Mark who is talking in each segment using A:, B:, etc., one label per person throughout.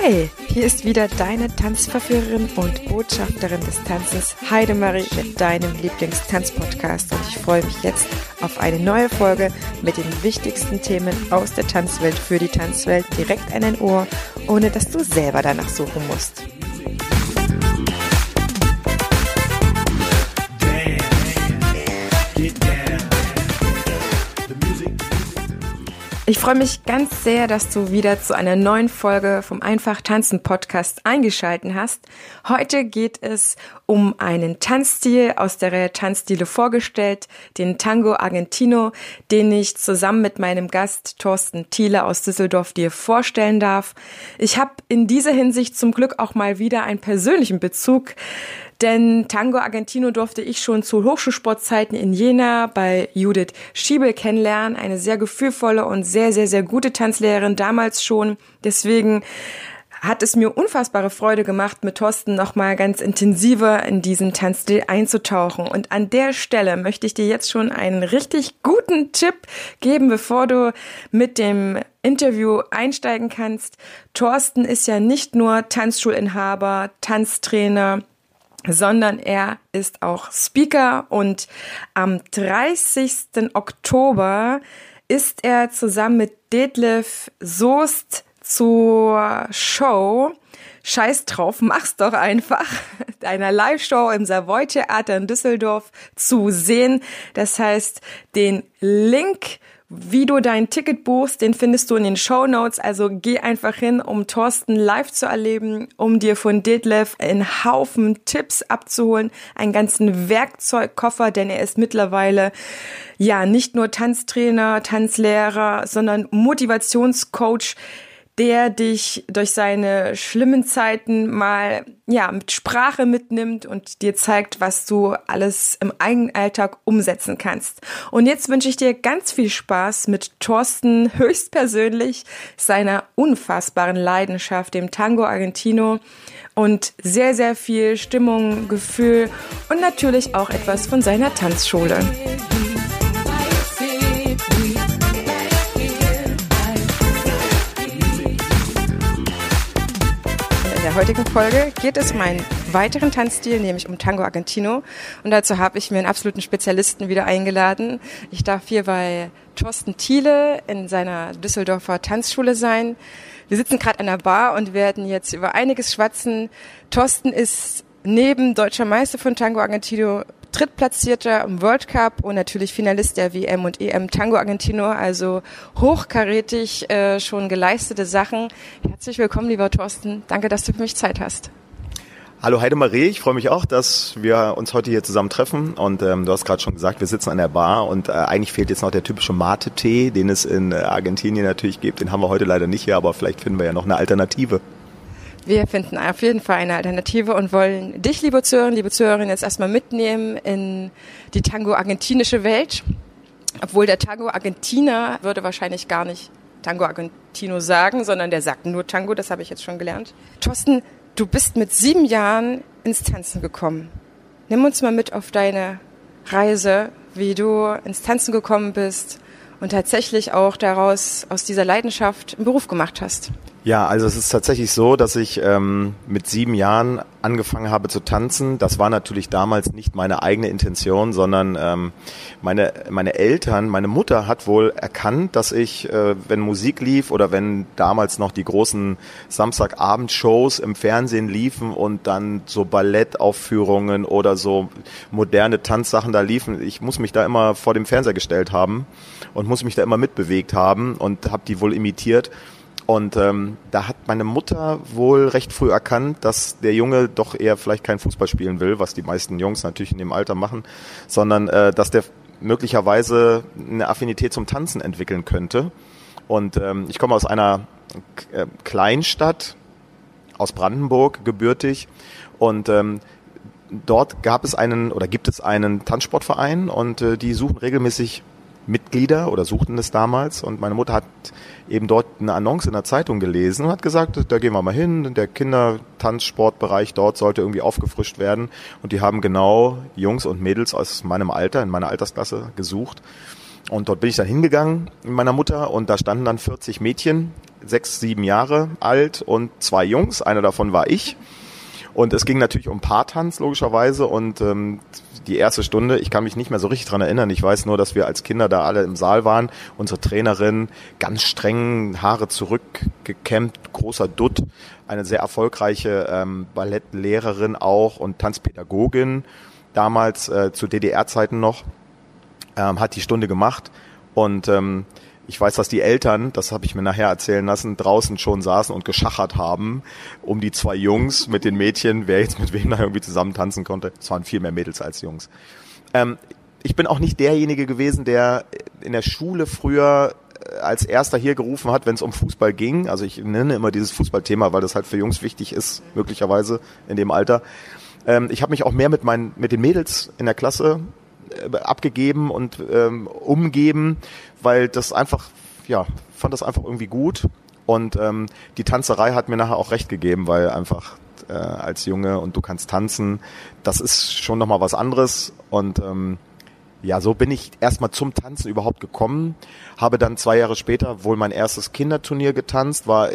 A: Hi, hier ist wieder deine Tanzverführerin und Botschafterin des Tanzens, Heidemarie, mit deinem Lieblingstanzpodcast. Und ich freue mich jetzt auf eine neue Folge mit den wichtigsten Themen aus der Tanzwelt für die Tanzwelt direkt an dein Ohr, ohne dass du selber danach suchen musst. Ich freue mich ganz sehr, dass du wieder zu einer neuen Folge vom Einfach Tanzen Podcast eingeschaltet hast. Heute geht es um einen Tanzstil aus der Reihe Tanzstile vorgestellt, den Tango Argentino, den ich zusammen mit meinem Gast Thorsten Thiele aus Düsseldorf dir vorstellen darf. Ich habe in dieser Hinsicht zum Glück auch mal wieder einen persönlichen Bezug, denn Tango Argentino durfte ich schon zu Hochschulsportzeiten in Jena bei Judith Schiebel kennenlernen. Eine sehr gefühlvolle und sehr, sehr, sehr gute Tanzlehrerin damals schon. Deswegen hat es mir unfassbare Freude gemacht, mit Thorsten nochmal ganz intensiver in diesen Tanzstil einzutauchen. Und an der Stelle möchte ich dir jetzt schon einen richtig guten Tipp geben, bevor du mit dem Interview einsteigen kannst. Thorsten ist ja nicht nur Tanzschulinhaber, Tanztrainer, sondern er ist auch Speaker, und am 30. Oktober ist er zusammen mit Detlef Soest zur Show Scheiß drauf, mach's doch einfach, einer Live-Show im Savoy-Theater in Düsseldorf zu sehen. Das heißt, den Link, wie du dein Ticket buchst, den findest du in den Shownotes. Also geh einfach hin, um Thorsten live zu erleben, um dir von Detlef einen Haufen Tipps abzuholen, einen ganzen Werkzeugkoffer, denn er ist mittlerweile ja nicht nur Tanztrainer, Tanzlehrer, sondern Motivationscoach, der dich durch seine schlimmen Zeiten mal mit Sprache mitnimmt und dir zeigt, was du alles im eigenen Alltag umsetzen kannst. Und jetzt wünsche ich dir ganz viel Spaß mit Thorsten höchstpersönlich, seiner unfassbaren Leidenschaft, dem Tango Argentino, und sehr, sehr viel Stimmung, Gefühl und natürlich auch etwas von seiner Tanzschule. In der heutigen Folge geht es um einen weiteren Tanzstil, nämlich um Tango Argentino. Und dazu habe ich mir einen absoluten Spezialisten wieder eingeladen. Ich darf hier bei Thorsten Thiele in seiner Düsseldorfer Tanzschule sein. Wir sitzen gerade an der Bar und werden jetzt über einiges schwatzen. Thorsten ist neben Deutscher Meister von Tango Argentino Drittplatzierter im World Cup und natürlich Finalist der WM und EM Tango Argentino, also hochkarätig schon geleistete Sachen. Herzlich willkommen, lieber Thorsten. Danke, dass du für mich Zeit hast.
B: Hallo Heidemarie, ich freue mich auch, dass wir uns heute hier zusammen treffen, und du hast gerade schon gesagt, wir sitzen an der Bar, und eigentlich fehlt jetzt noch der typische Mate-Tee, den es in Argentinien natürlich gibt. Den haben wir heute leider nicht hier, aber vielleicht finden wir ja noch eine Alternative.
A: Wir finden auf jeden Fall eine Alternative und wollen dich, liebe Zuhörer, liebe Zuhörerinnen, jetzt erstmal mitnehmen in die Tango-argentinische Welt. Obwohl der Tango-Argentiner würde wahrscheinlich gar nicht Tango Argentino sagen, sondern der sagt nur Tango, das habe ich jetzt schon gelernt. Thorsten, du bist mit 7 Jahren ins Tanzen gekommen. Nimm uns mal mit auf deine Reise, wie du ins Tanzen gekommen bist und tatsächlich auch daraus, aus dieser Leidenschaft, einen Beruf gemacht hast.
B: Ja, also es ist tatsächlich so, dass ich mit 7 Jahren angefangen habe zu tanzen. Das war natürlich damals nicht meine eigene Intention, sondern meine Eltern, meine Mutter hat wohl erkannt, dass ich, wenn Musik lief oder wenn damals noch die großen Samstagabendshows im Fernsehen liefen und dann so Ballettaufführungen oder so moderne Tanzsachen da liefen, ich muss mich da immer vor dem Fernseher gestellt haben und muss mich da immer mitbewegt haben und habe die wohl imitiert. Und da hat meine Mutter wohl recht früh erkannt, dass der Junge doch eher vielleicht kein Fußball spielen will, was die meisten Jungs natürlich in dem Alter machen, sondern dass der möglicherweise eine Affinität zum Tanzen entwickeln könnte. Und ich komme aus einer Kleinstadt, aus Brandenburg gebürtig, und dort gibt es einen Tanzsportverein, und die suchen regelmäßig Mitglieder oder suchten es damals, und meine Mutter hat eben dort eine Annonce in der Zeitung gelesen und hat gesagt, da gehen wir mal hin, der Kindertanzsportbereich dort sollte irgendwie aufgefrischt werden, und die haben genau Jungs und Mädels aus meinem Alter, in meiner Altersklasse gesucht, Und dort bin ich dann hingegangen mit meiner Mutter und da standen dann 40 Mädchen, 6, 7 Jahre alt und 2 Jungs, einer davon war ich. Und es ging natürlich um Paartanz logischerweise und die erste Stunde, ich kann mich nicht mehr so richtig dran erinnern, ich weiß nur, dass wir als Kinder da alle im Saal waren, unsere Trainerin, ganz streng, Haare zurückgekämmt, großer Dutt, eine sehr erfolgreiche Ballettlehrerin auch und Tanzpädagogin, damals zu DDR-Zeiten noch, hat die Stunde gemacht und ich weiß, dass die Eltern, das habe ich mir nachher erzählen lassen, draußen schon saßen und geschachert haben um die 2 Jungs mit den Mädchen, wer jetzt mit wem da irgendwie zusammen tanzen konnte. Es waren viel mehr Mädels als Jungs. Ich bin auch nicht derjenige gewesen, der in der Schule früher als erster hier gerufen hat, wenn es um Fußball ging. Also ich nenne immer dieses Fußballthema, weil das halt für Jungs wichtig ist, möglicherweise in dem Alter. Ich habe mich auch mehr mit den Mädels in der Klasse abgegeben und umgeben, weil das einfach, fand das einfach irgendwie gut und die Tanzerei hat mir nachher auch recht gegeben, weil einfach als Junge und du kannst tanzen, das ist schon nochmal was anderes und so bin ich erstmal zum Tanzen überhaupt gekommen, habe dann 2 Jahre später wohl mein erstes Kinderturnier getanzt, war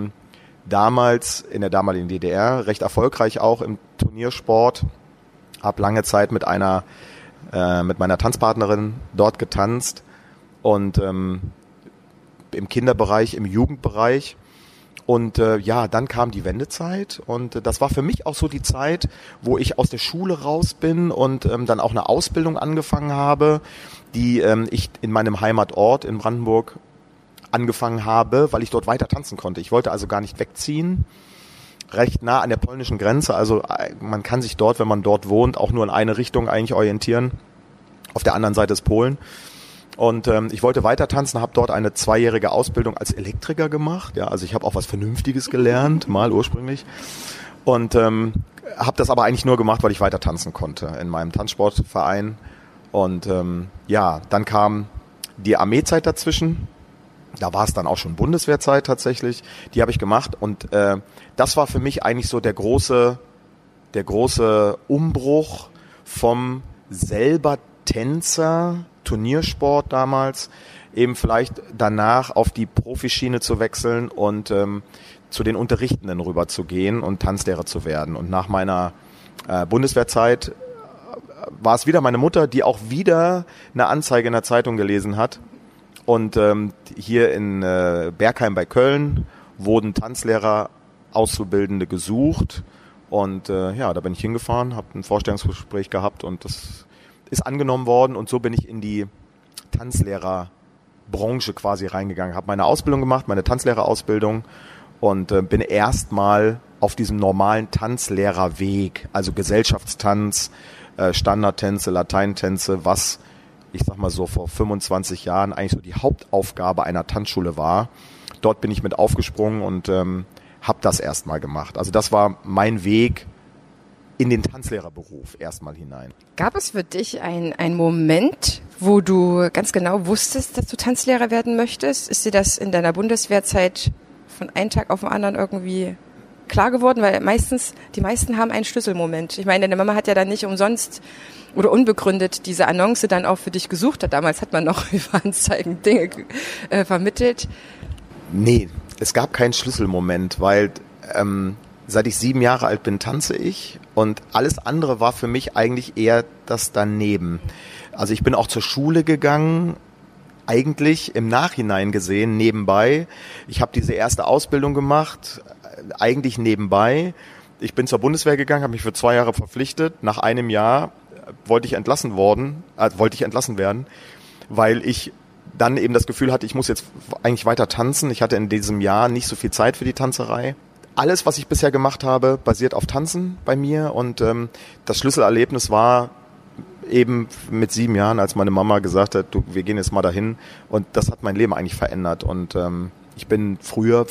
B: damals in der damaligen DDR recht erfolgreich auch im Turniersport, habe lange Zeit mit meiner Tanzpartnerin dort getanzt und im Kinderbereich, im Jugendbereich und dann kam die Wendezeit und das war für mich auch so die Zeit, wo ich aus der Schule raus bin und dann auch eine Ausbildung angefangen habe, die ich in meinem Heimatort in Brandenburg angefangen habe, weil ich dort weiter tanzen konnte. Ich wollte also gar nicht wegziehen. Recht nah an der polnischen Grenze, also man kann sich dort, wenn man dort wohnt, auch nur in eine Richtung eigentlich orientieren. Auf der anderen Seite ist Polen. Und ich wollte weiter tanzen, habe dort eine 2-jährige Ausbildung als Elektriker gemacht. Ja, also ich habe auch was Vernünftiges gelernt, mal ursprünglich. Und habe das aber eigentlich nur gemacht, weil ich weiter tanzen konnte in meinem Tanzsportverein. Und dann kam die Armeezeit dazwischen. Da war es dann auch schon Bundeswehrzeit tatsächlich. Die habe ich gemacht und das war für mich eigentlich so der große Umbruch vom selber Tänzer, Turniersport damals, eben vielleicht danach auf die Profischiene zu wechseln und zu den Unterrichtenden rüber zu gehen und Tanzlehrer zu werden. Und nach meiner Bundeswehrzeit war es wieder meine Mutter, die auch wieder eine Anzeige in der Zeitung gelesen hat. Und hier in Bergheim bei Köln wurden Tanzlehrer, Auszubildende gesucht. Und da bin ich hingefahren, habe ein Vorstellungsgespräch gehabt und das ist angenommen worden. Und so bin ich in die Tanzlehrerbranche quasi reingegangen. Habe meine Ausbildung gemacht, meine Tanzlehrerausbildung und bin erstmal auf diesem normalen Tanzlehrerweg, also Gesellschaftstanz, Standardtänze, Lateintänze, was ich sag mal so vor 25 Jahren eigentlich so die Hauptaufgabe einer Tanzschule war. Dort bin ich mit aufgesprungen und habe das erstmal gemacht. Also das war mein Weg in den Tanzlehrerberuf erstmal hinein.
A: Gab es für dich einen Moment, wo du ganz genau wusstest, dass du Tanzlehrer werden möchtest? Ist dir das in deiner Bundeswehrzeit von einem Tag auf den anderen irgendwie klar geworden? Weil die meisten haben einen Schlüsselmoment. Ich meine, deine Mama hat ja dann nicht umsonst oder unbegründet diese Annonce dann auch für dich gesucht hat. Damals hat man noch über Anzeigen Dinge vermittelt.
B: Nee, es gab keinen Schlüsselmoment, weil seit ich 7 Jahre alt bin, tanze ich und alles andere war für mich eigentlich eher das daneben. Also ich bin auch zur Schule gegangen, eigentlich im Nachhinein gesehen, nebenbei. Ich habe diese erste Ausbildung gemacht, eigentlich nebenbei. Ich bin zur Bundeswehr gegangen, habe mich für 2 Jahre verpflichtet. Nach einem Jahr wollte ich entlassen werden, weil ich dann eben das Gefühl hatte, ich muss jetzt eigentlich weiter tanzen. Ich hatte in diesem Jahr nicht so viel Zeit für die Tanzerei. Alles, was ich bisher gemacht habe, basiert auf Tanzen bei mir und das Schlüsselerlebnis war eben mit 7 Jahren, als meine Mama gesagt hat, du, wir gehen jetzt mal dahin und das hat mein Leben eigentlich verändert und ich bin früher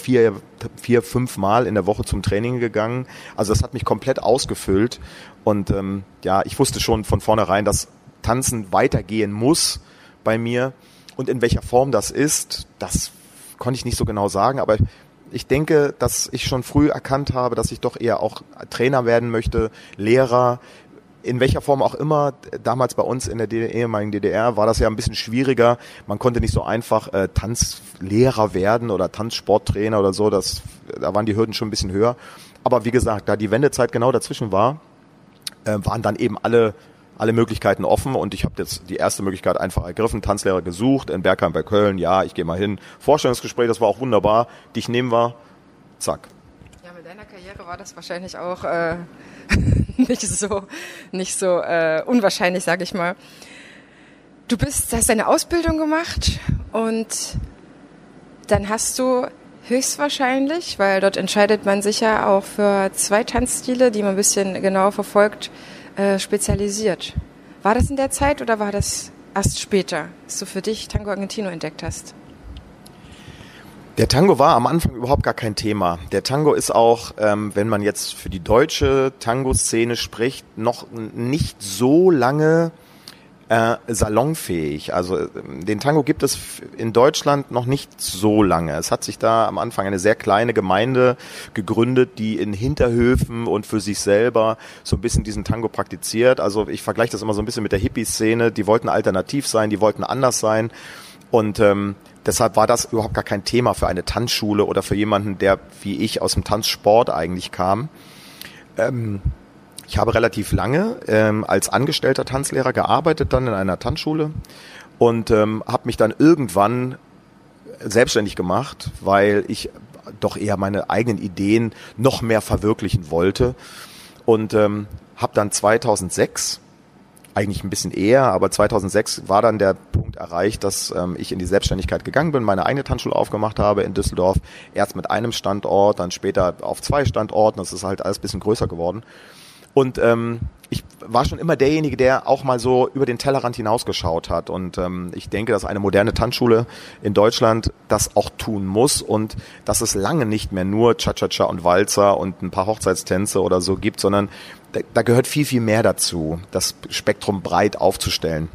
B: 4-5 Mal in der Woche zum Training gegangen, also das hat mich komplett ausgefüllt und ich wusste schon von vornherein, dass Tanzen weitergehen muss bei mir und in welcher Form das ist, das konnte ich nicht so genau sagen, aber ich denke, dass ich schon früh erkannt habe, dass ich doch eher auch Trainer werden möchte, Lehrer, in welcher Form auch immer, damals bei uns in der ehemaligen DDR war das ja ein bisschen schwieriger. Man konnte nicht so einfach Tanzlehrer werden oder Tanzsporttrainer oder so. Da waren die Hürden schon ein bisschen höher. Aber wie gesagt, da die Wendezeit genau dazwischen war, waren dann eben alle Möglichkeiten offen und ich habe jetzt die erste Möglichkeit einfach ergriffen, Tanzlehrer gesucht, in Bergheim bei Köln, ja, ich gehe mal hin. Vorstellungsgespräch, das war auch wunderbar, dich nehmen wir, zack.
A: Ja, mit deiner Karriere war das wahrscheinlich auch nicht so unwahrscheinlich, sage ich mal. Du hast deine Ausbildung gemacht und dann hast du höchstwahrscheinlich, weil dort entscheidet man sich ja auch für 2 Tanzstile, die man ein bisschen genauer verfolgt, spezialisiert. War das in der Zeit oder war das erst später, dass du für dich Tango Argentino entdeckt hast?
B: Der Tango war am Anfang überhaupt gar kein Thema. Der Tango ist auch, wenn man jetzt für die deutsche Tango-Szene spricht, noch nicht so lange salonfähig. Also den Tango gibt es in Deutschland noch nicht so lange. Es hat sich da am Anfang eine sehr kleine Gemeinde gegründet, die in Hinterhöfen und für sich selber so ein bisschen diesen Tango praktiziert. Also ich vergleiche das immer so ein bisschen mit der Hippie-Szene. Die wollten alternativ sein, die wollten anders sein und deshalb war das überhaupt gar kein Thema für eine Tanzschule oder für jemanden, der wie ich aus dem Tanzsport eigentlich kam. Ich habe relativ lange als angestellter Tanzlehrer gearbeitet, dann in einer Tanzschule und habe mich dann irgendwann selbstständig gemacht, weil ich doch eher meine eigenen Ideen noch mehr verwirklichen wollte und habe dann 2006, eigentlich ein bisschen eher, aber 2006 war dann der Punkt erreicht, dass ich in die Selbstständigkeit gegangen bin, meine eigene Tanzschule aufgemacht habe in Düsseldorf, erst mit einem Standort, dann später auf 2 Standorten, das ist halt alles ein bisschen größer geworden. Und ich war schon immer derjenige, der auch mal so über den Tellerrand hinausgeschaut hat. Und ich denke, dass eine moderne Tanzschule in Deutschland das auch tun muss und dass es lange nicht mehr nur Cha-Cha-Cha und Walzer und ein paar Hochzeitstänze oder so gibt, sondern da gehört viel, viel mehr dazu, das Spektrum breit aufzustellen.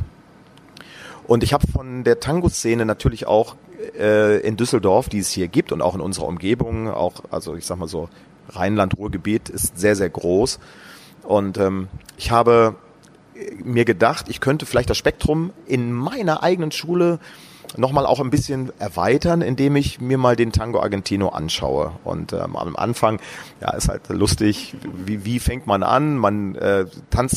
B: Und ich habe von der Tango-Szene natürlich auch in Düsseldorf, die es hier gibt und auch in unserer Umgebung, auch, also ich sag mal so, Rheinland-Ruhr-Gebiet ist sehr, sehr groß. Und ich habe mir gedacht, ich könnte vielleicht das Spektrum in meiner eigenen Schule nochmal auch ein bisschen erweitern, indem ich mir mal den Tango Argentino anschaue. Und am Anfang, ja, ist halt lustig, wie fängt man an? Man tanzt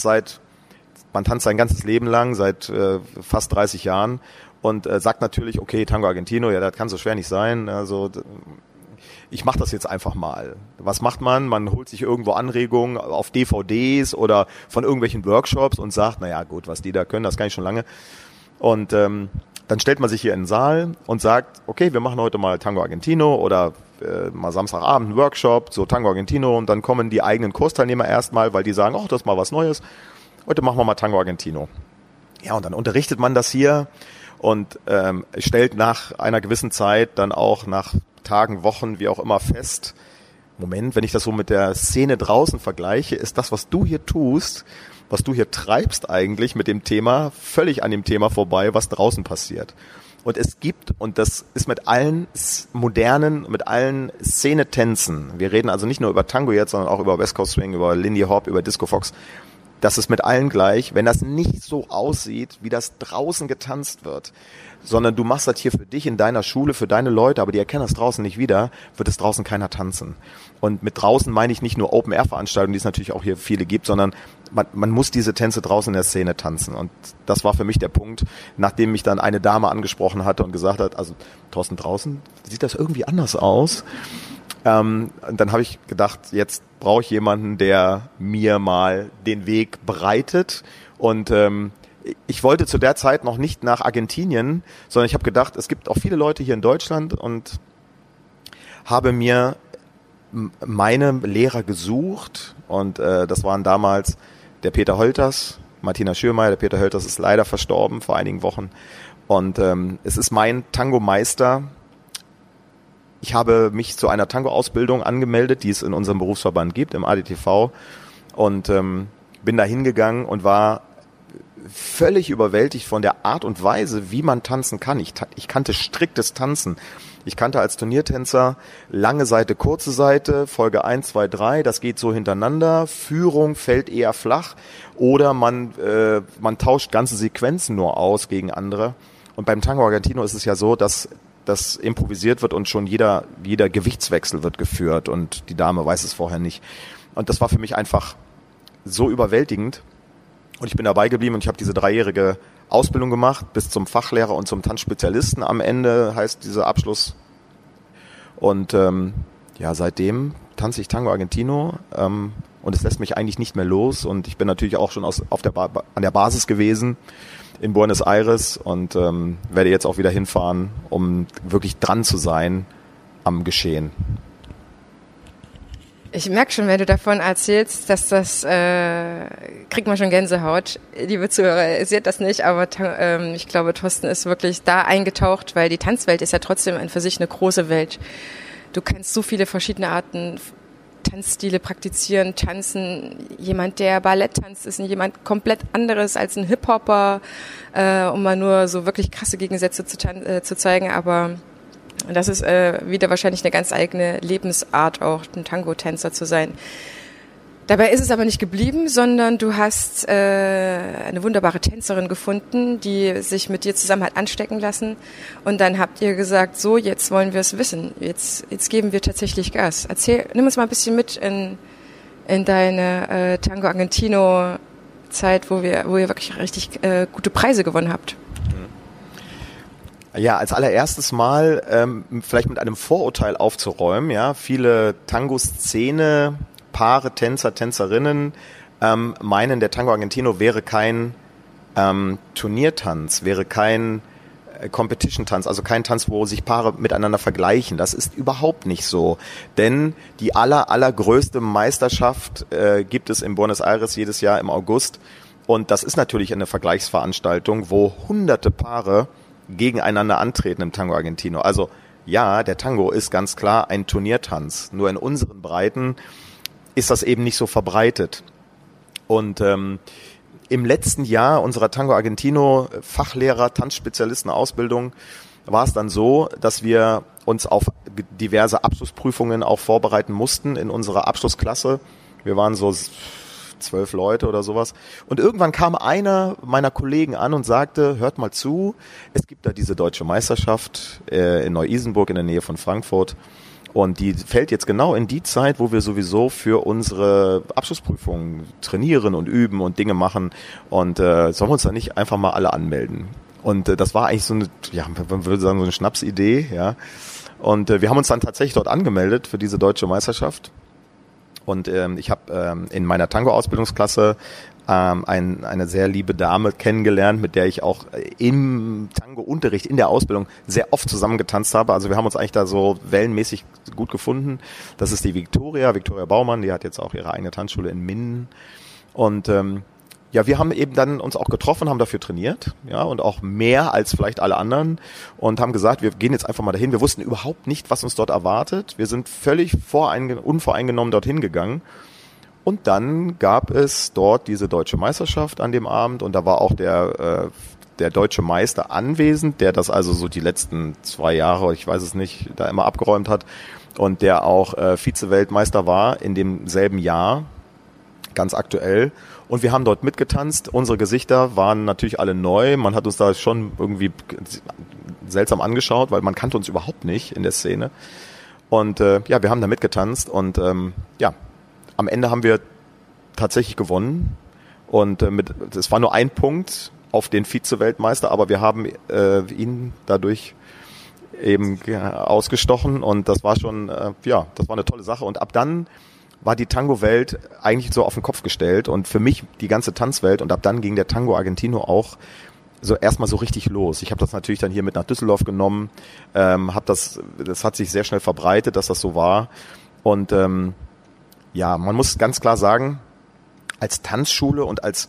B: sein ganzes Leben lang, seit fast 30 Jahren und sagt natürlich, okay, Tango Argentino, ja, das kann so schwer nicht sein. Also ich mache das jetzt einfach mal. Was macht man? Man holt sich irgendwo Anregungen auf DVDs oder von irgendwelchen Workshops und sagt, naja gut, was die da können, das kann ich schon lange. Und dann stellt man sich hier in den Saal und sagt, okay, wir machen heute mal Tango Argentino oder mal Samstagabend einen Workshop, so Tango Argentino und dann kommen die eigenen Kursteilnehmer erstmal, weil die sagen, oh, das ist mal was Neues. Heute machen wir mal Tango Argentino. Ja, und dann unterrichtet man das hier und stellt nach einer gewissen Zeit dann auch nach Tagen, Wochen, wie auch immer fest, Moment, wenn ich das so mit der Szene draußen vergleiche, ist das, was du hier tust, was du hier treibst eigentlich mit dem Thema, völlig an dem Thema vorbei, was draußen passiert. Und es gibt, und das ist mit allen modernen, mit allen Szenetänzen, wir reden also nicht nur über Tango jetzt, sondern auch über West Coast Swing, über Lindy Hop, über Disco Fox, das ist mit allen gleich, wenn das nicht so aussieht, wie das draußen getanzt wird, sondern du machst das hier für dich in deiner Schule, für deine Leute, aber die erkennen das draußen nicht wieder, wird es draußen keiner tanzen. Und mit draußen meine ich nicht nur Open-Air-Veranstaltungen, die es natürlich auch hier viele gibt, sondern man muss diese Tänze draußen in der Szene tanzen. Und das war für mich der Punkt, nachdem mich dann eine Dame angesprochen hatte und gesagt hat, also Thorsten, draußen sieht das irgendwie anders aus. Und dann habe ich gedacht, jetzt brauche ich jemanden, der mir mal den Weg bereitet. Und ich wollte zu der Zeit noch nicht nach Argentinien, sondern ich habe gedacht, es gibt auch viele Leute hier in Deutschland und habe mir meine Lehrer gesucht. Und das waren damals der Peter Holters, Martina Schürmeier. Der Peter Holters ist leider verstorben vor einigen Wochen. Und es ist mein Tango-Meister. Ich habe mich zu einer Tango-Ausbildung angemeldet, die es in unserem Berufsverband gibt, im ADTV, und bin da hingegangen und war völlig überwältigt von der Art und Weise, wie man tanzen kann. Ich kannte striktes Tanzen. Ich kannte als Turniertänzer lange Seite, kurze Seite, Folge 1, 2, 3, das geht so hintereinander. Führung fällt eher flach oder man tauscht ganze Sequenzen nur aus gegen andere. Und beim Tango Argentino ist es ja so, dass das improvisiert wird und schon jeder Gewichtswechsel wird geführt und die Dame weiß es vorher nicht. Und das war für mich einfach so überwältigend. Und ich bin dabei geblieben und ich habe diese 3-jährige Ausbildung gemacht bis zum Fachlehrer und zum Tanzspezialisten. Am Ende heißt dieser Abschluss. Und seitdem tanze ich Tango Argentino und es lässt mich eigentlich nicht mehr los. Und ich bin natürlich auch schon an der Basis gewesen in Buenos Aires und werde jetzt auch wieder hinfahren, um wirklich dran zu sein am Geschehen.
A: Ich merke schon, wenn du davon erzählst, dass das, kriegt man schon Gänsehaut. Liebe Zuhörer, ihr seht das nicht, aber ich glaube, Thorsten ist wirklich da eingetaucht, weil die Tanzwelt ist ja trotzdem für sich eine große Welt. Du kannst so viele verschiedene Arten Tanzstile praktizieren, tanzen. Jemand, der Ballett tanzt, ist jemand komplett anderes als ein Hip-Hopper, um mal nur so wirklich krasse Gegensätze zu zeigen, aber das ist wieder wahrscheinlich eine ganz eigene Lebensart, auch ein Tango-Tänzer zu sein. Dabei ist es aber nicht geblieben, sondern du hast eine wunderbare Tänzerin gefunden, die sich mit dir zusammen hat anstecken lassen. Und dann habt ihr gesagt, so, jetzt wollen wir es wissen. Jetzt geben wir tatsächlich Gas. Nimm uns mal ein bisschen mit in deine Tango Argentino Zeit, wo ihr wirklich richtig gute Preise gewonnen habt.
B: Ja, als allererstes Mal vielleicht mit einem Vorurteil aufzuräumen. Ja, viele Tango-Szene, Paare, Tänzer, Tänzerinnen meinen, der Tango Argentino wäre kein Turniertanz, wäre kein Competition-Tanz, also kein Tanz, wo sich Paare miteinander vergleichen. Das ist überhaupt nicht so, denn die allergrößte Meisterschaft gibt es in Buenos Aires jedes Jahr im August und das ist natürlich eine Vergleichsveranstaltung, wo hunderte Paare gegeneinander antreten im Tango Argentino. Also ja, der Tango ist ganz klar ein Turniertanz. Nur in unseren Breiten ist das eben nicht so verbreitet. Und im letzten Jahr unserer Tango Argentino Fachlehrer, Tanzspezialisten-Ausbildung war es dann so, dass wir uns auf diverse Abschlussprüfungen auch vorbereiten mussten in unserer Abschlussklasse. Wir waren so 12 Leute oder sowas. Und irgendwann kam einer meiner Kollegen an und sagte, hört mal zu, es gibt da diese deutsche Meisterschaft in Neu-Isenburg in der Nähe von Frankfurt und die fällt jetzt genau in die Zeit, wo wir sowieso für unsere Abschlussprüfungen trainieren und üben und Dinge machen und sollen wir uns da nicht einfach mal alle anmelden? Und das war eigentlich so eine, ja, man würde sagen, so eine Schnapsidee, ja. Und wir haben uns dann tatsächlich dort angemeldet für diese deutsche Meisterschaft. Und ich habe in meiner Tango-Ausbildungsklasse eine sehr liebe Dame kennengelernt, mit der ich auch im Tango-Unterricht, in der Ausbildung sehr oft zusammen getanzt habe. Also wir haben uns eigentlich da so wellenmäßig gut gefunden. Das ist die Victoria Baumann, die hat jetzt auch ihre eigene Tanzschule in Minden. Und ja, wir haben eben dann uns auch getroffen, haben dafür trainiert, ja, und auch mehr als vielleicht alle anderen und haben gesagt, wir gehen jetzt einfach mal dahin. Wir wussten überhaupt nicht, was uns dort erwartet. Wir sind völlig unvoreingenommen dorthin gegangen. Und dann gab es dort diese deutsche Meisterschaft an dem Abend und da war auch der deutsche Meister anwesend, der das also so die letzten 2 Jahre, ich weiß es nicht, da immer abgeräumt hat und der auch Vize-Weltmeister war in demselben Jahr, ganz aktuell. Und wir haben dort mitgetanzt. Unsere Gesichter waren natürlich alle neu. Man hat uns da schon irgendwie seltsam angeschaut, weil man kannte uns überhaupt nicht in der Szene. Und ja, wir haben da mitgetanzt und ja, am Ende haben wir tatsächlich gewonnen. Und es war nur ein Punkt auf den Vize-Weltmeister, aber wir haben ihn dadurch eben ausgestochen und das war schon, ja, das war eine tolle Sache. Und ab dann war die Tango-Welt eigentlich so auf den Kopf gestellt und für mich die ganze Tanzwelt und ab dann ging der Tango Argentino auch so erstmal so richtig los. Ich habe das natürlich dann hier mit nach Düsseldorf genommen, das hat sich sehr schnell verbreitet, dass das so war und ja, man muss ganz klar sagen, als Tanzschule und als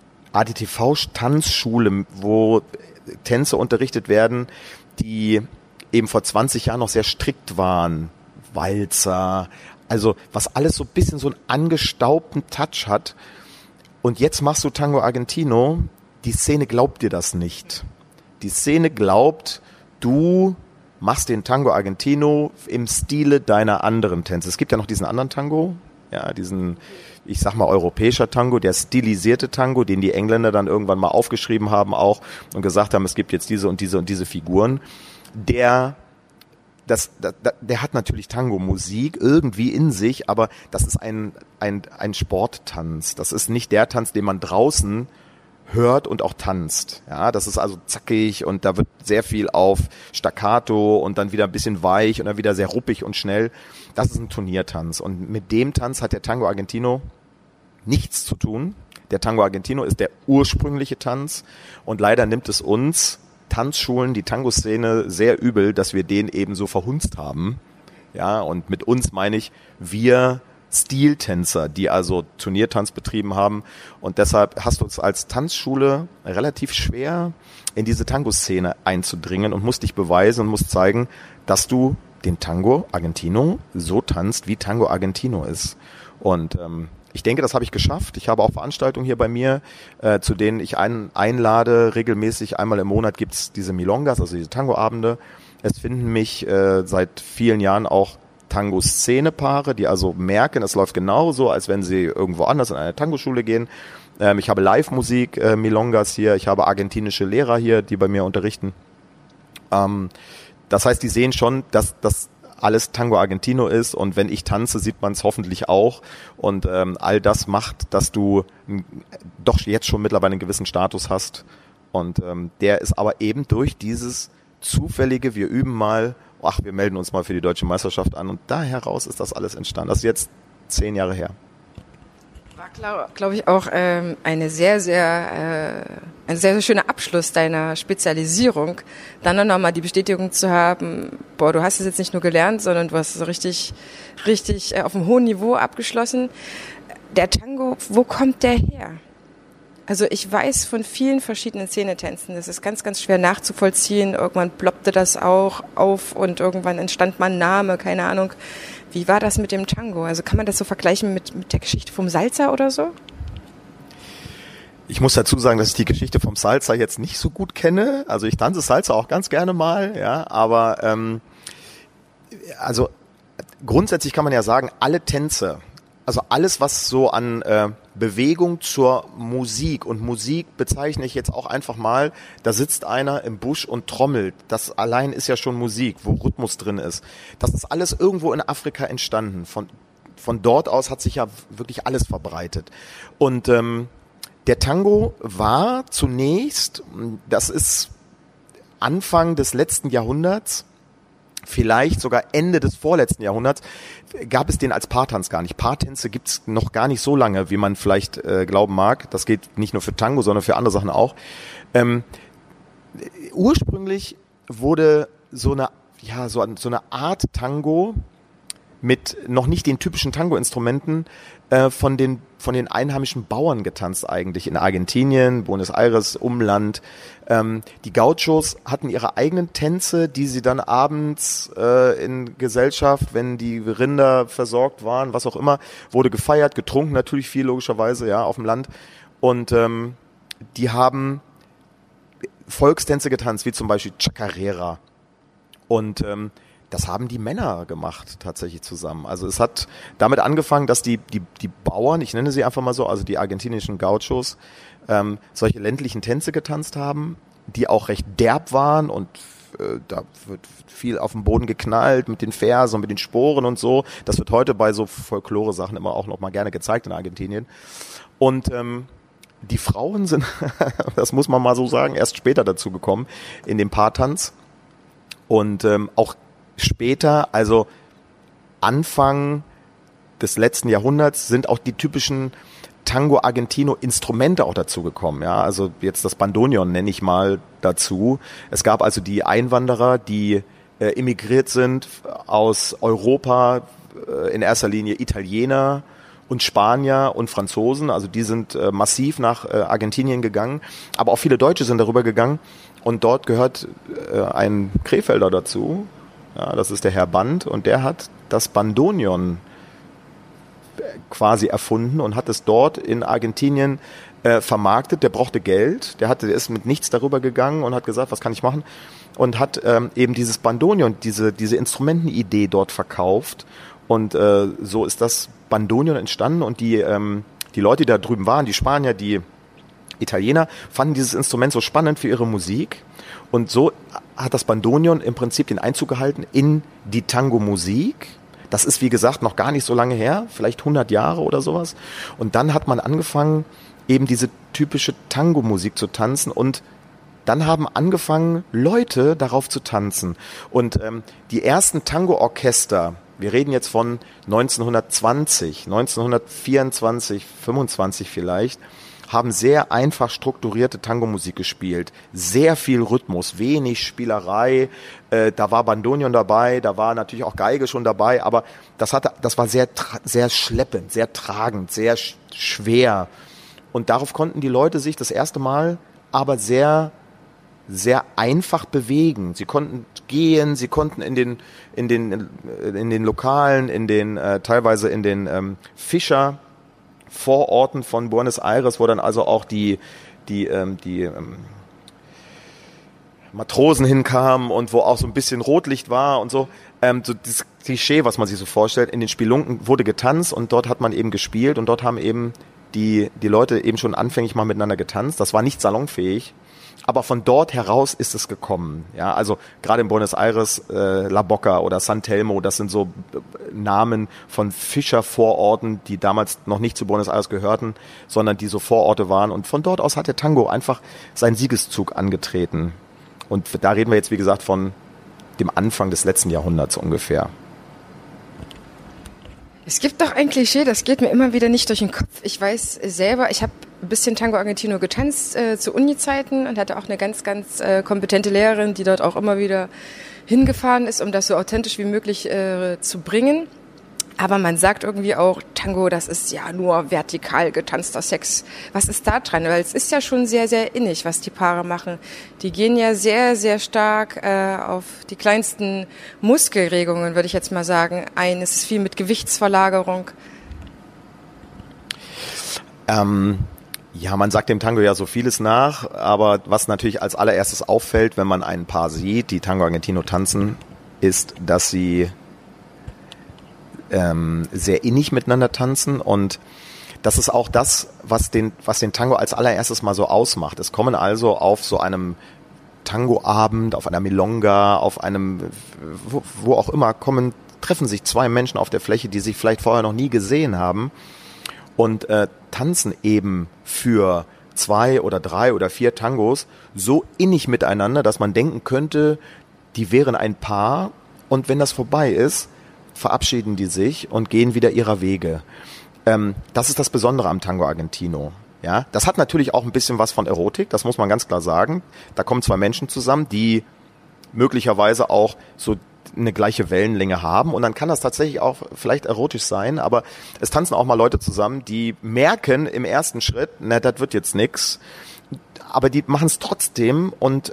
B: ADTV-Tanzschule, wo Tänze unterrichtet werden, die eben vor 20 Jahren noch sehr strikt waren, Walzer, also was alles so ein bisschen so einen angestaubten Touch hat, Und jetzt machst du Tango Argentino. Die Szene glaubt dir das nicht. Die Szene glaubt, du machst den Tango Argentino im Stile deiner anderen Tänze. Es gibt ja noch diesen anderen Tango, ja, diesen, ich sag mal, europäischer Tango, der stilisierte Tango, den die Engländer dann irgendwann mal aufgeschrieben haben auch und gesagt haben, es gibt jetzt diese und diese und diese Figuren. Der hat natürlich Tango-Musik irgendwie in sich, aber das ist ein Sporttanz. Das ist nicht der Tanz, den man draußen hört und auch tanzt. Ja, das ist also zackig und da wird sehr viel auf Staccato und dann wieder ein bisschen weich und dann wieder sehr ruppig und schnell. Das ist ein Turniertanz und mit dem Tanz hat der Tango Argentino nichts zu tun. Der Tango Argentino ist der ursprüngliche Tanz und leider nimmt es uns Tanzschulen, die Tango-Szene sehr übel, dass wir den eben so verhunzt haben. Ja, und mit uns meine ich, wir Stiltänzer, die also Turniertanz betrieben haben. Und deshalb hast du es als Tanzschule relativ schwer, in diese Tango-Szene einzudringen und musst dich beweisen und musst zeigen, dass du den Tango Argentino so tanzt, wie Tango Argentino ist. Und ich denke, das habe ich geschafft. Ich habe auch Veranstaltungen hier bei mir, zu denen ich einlade. Regelmäßig einmal im Monat gibt's diese Milongas, also diese Tango-Abende. Es finden mich seit vielen Jahren auch Tango-Szene-Paare, die also merken, es läuft genauso, als wenn sie irgendwo anders in eine Tango-Schule gehen. Ich habe Live-Musik, Milongas hier. Ich habe argentinische Lehrer hier, die bei mir unterrichten. Das heißt, die sehen schon, dass das alles Tango Argentino ist und wenn ich tanze, sieht man es hoffentlich auch und all das macht, dass du doch jetzt schon mittlerweile einen gewissen Status hast und der ist aber eben durch dieses zufällige, wir üben mal, wir melden uns mal für die Deutsche Meisterschaft an und da heraus ist das alles entstanden. Das ist jetzt 10 Jahre her.
A: War, glaube ich, auch ein sehr, sehr schöner Abschluss deiner Spezialisierung, dann nochmal die Bestätigung zu haben, du hast es jetzt nicht nur gelernt, sondern du hast es richtig auf einem hohen Niveau abgeschlossen. Der Tango, wo kommt der her? Also ich weiß von vielen verschiedenen Szenetänzen, das ist ganz, ganz schwer nachzuvollziehen. Irgendwann ploppte das auch auf und irgendwann entstand mal ein Name, keine Ahnung. Wie war das mit dem Tango? Also kann man das so vergleichen mit der Geschichte vom Salsa oder so?
B: Ich muss dazu sagen, dass ich die Geschichte vom Salsa jetzt nicht so gut kenne. Also ich tanze Salsa auch ganz gerne mal, ja, aber also grundsätzlich kann man ja sagen, alle Tänze, also alles, was so an Bewegung zur Musik und Musik bezeichne ich jetzt auch einfach mal, da sitzt einer im Busch und trommelt. Das allein ist ja schon Musik, wo Rhythmus drin ist. Das ist alles irgendwo in Afrika entstanden. Von dort aus hat sich ja wirklich alles verbreitet. Und der Tango war zunächst, das ist Anfang des letzten Jahrhunderts, vielleicht sogar Ende des vorletzten Jahrhunderts, gab es den als Paartanz gar nicht. Paartänze gibt's noch gar nicht so lange, wie man vielleicht glauben mag. Das geht nicht nur für Tango, sondern für andere Sachen auch. Ursprünglich wurde so eine Art Tango mit noch nicht den typischen Tango-Instrumenten von den einheimischen Bauern getanzt eigentlich in Argentinien, Buenos Aires, Umland. Die Gauchos hatten ihre eigenen Tänze, die sie dann abends in Gesellschaft, wenn die Rinder versorgt waren, was auch immer, wurde gefeiert, getrunken natürlich viel logischerweise, ja, auf dem Land. Und die haben Volkstänze getanzt, wie zum Beispiel Chacarera. Und das haben die Männer gemacht tatsächlich zusammen. Also es hat damit angefangen, dass die Bauern, ich nenne sie einfach mal so, also die argentinischen Gauchos, solche ländlichen Tänze getanzt haben, die auch recht derb waren und da wird viel auf den Boden geknallt mit den Fersen und mit den Sporen und so. Das wird heute bei so Folklore-Sachen immer auch noch mal gerne gezeigt in Argentinien. Und die Frauen sind, das muss man mal so sagen, erst später dazu gekommen in dem Paartanz. Und auch später, also Anfang des letzten Jahrhunderts, sind auch die typischen Tango Argentino Instrumente auch dazu gekommen. Ja, also jetzt das Bandoneon nenne ich mal dazu. Es gab also die Einwanderer, die emigriert sind aus Europa, in erster Linie Italiener und Spanier und Franzosen. Also die sind massiv nach Argentinien gegangen. Aber auch viele Deutsche sind darüber gegangen. Und dort gehört ein Krefelder dazu. Ja, das ist der Herr Band und der hat das Bandoneon quasi erfunden und hat es dort in Argentinien vermarktet. Der brauchte Geld, der ist mit nichts darüber gegangen und hat gesagt, was kann ich machen? Und hat eben dieses Bandoneon, diese Instrumentenidee dort verkauft. Und so ist das Bandoneon entstanden und die Leute, die da drüben waren, die Spanier, die Italiener, fanden dieses Instrument so spannend für ihre Musik. Und so hat das Bandoneon im Prinzip den Einzug gehalten in die Tango-Musik. Das ist, wie gesagt, noch gar nicht so lange her, vielleicht 100 Jahre oder sowas. Und dann hat man angefangen, eben diese typische Tango-Musik zu tanzen und dann haben angefangen, Leute darauf zu tanzen. Und die ersten Tango-Orchester, wir reden jetzt von 1920, 1924, 25 vielleicht, haben sehr einfach strukturierte Tango-Musik gespielt. Sehr viel Rhythmus, wenig Spielerei. Da war Bandoneon dabei, da war natürlich auch Geige schon dabei, aber das war sehr schleppend, sehr tragend, sehr schwer. Und darauf konnten die Leute sich das erste Mal aber sehr einfach bewegen. Sie konnten gehen, sie konnten in den Lokalen, teilweise in den Fischervororten von Buenos Aires, wo dann also auch die Matrosen hinkamen und wo auch so ein bisschen Rotlicht war und so. So das Klischee, was man sich so vorstellt, in den Spielunken wurde getanzt und dort hat man eben gespielt und dort haben eben die Leute eben schon anfänglich mal miteinander getanzt. Das war nicht salonfähig, aber von dort heraus ist es gekommen. Ja, also gerade in Buenos Aires, La Boca oder San Telmo, das sind so Namen von Fischervororten, die damals noch nicht zu Buenos Aires gehörten, sondern die so Vororte waren. Und von dort aus hat der Tango einfach seinen Siegeszug angetreten. Und da reden wir jetzt, wie gesagt, von dem Anfang des letzten Jahrhunderts ungefähr.
A: Es gibt doch ein Klischee, das geht mir immer wieder nicht durch den Kopf. Ich weiß selber, ich habe ein bisschen Tango Argentino getanzt zu Uni-Zeiten und hatte auch eine ganz, ganz kompetente Lehrerin, die dort auch immer wieder hingefahren ist, um das so authentisch wie möglich zu bringen. Aber man sagt irgendwie auch, Tango, das ist ja nur vertikal getanzter Sex. Was ist da dran? Weil es ist ja schon sehr, sehr innig, was die Paare machen. Die gehen ja sehr, sehr stark auf die kleinsten Muskelregungen, würde ich jetzt mal sagen, ein. Es ist viel mit Gewichtsverlagerung.
B: Ja, man sagt dem Tango ja so vieles nach, aber was natürlich als allererstes auffällt, wenn man ein Paar sieht, die Tango Argentino tanzen, ist, dass sie sehr innig miteinander tanzen und das ist auch das, was den Tango als allererstes mal so ausmacht. Es kommen also auf so einem Tangoabend, auf einer Milonga, auf einem, wo auch immer, treffen sich zwei Menschen auf der Fläche, die sich vielleicht vorher noch nie gesehen haben und tanzen eben für 2 oder 3 oder 4 Tangos so innig miteinander, dass man denken könnte, die wären ein Paar und wenn das vorbei ist, verabschieden die sich und gehen wieder ihrer Wege. Das ist das Besondere am Tango Argentino. Ja, das hat natürlich auch ein bisschen was von Erotik, das muss man ganz klar sagen. Da kommen zwei Menschen zusammen, die möglicherweise auch so eine gleiche Wellenlänge haben und dann kann das tatsächlich auch vielleicht erotisch sein, aber es tanzen auch mal Leute zusammen, die merken im ersten Schritt, na, das wird jetzt nix, aber die machen es trotzdem und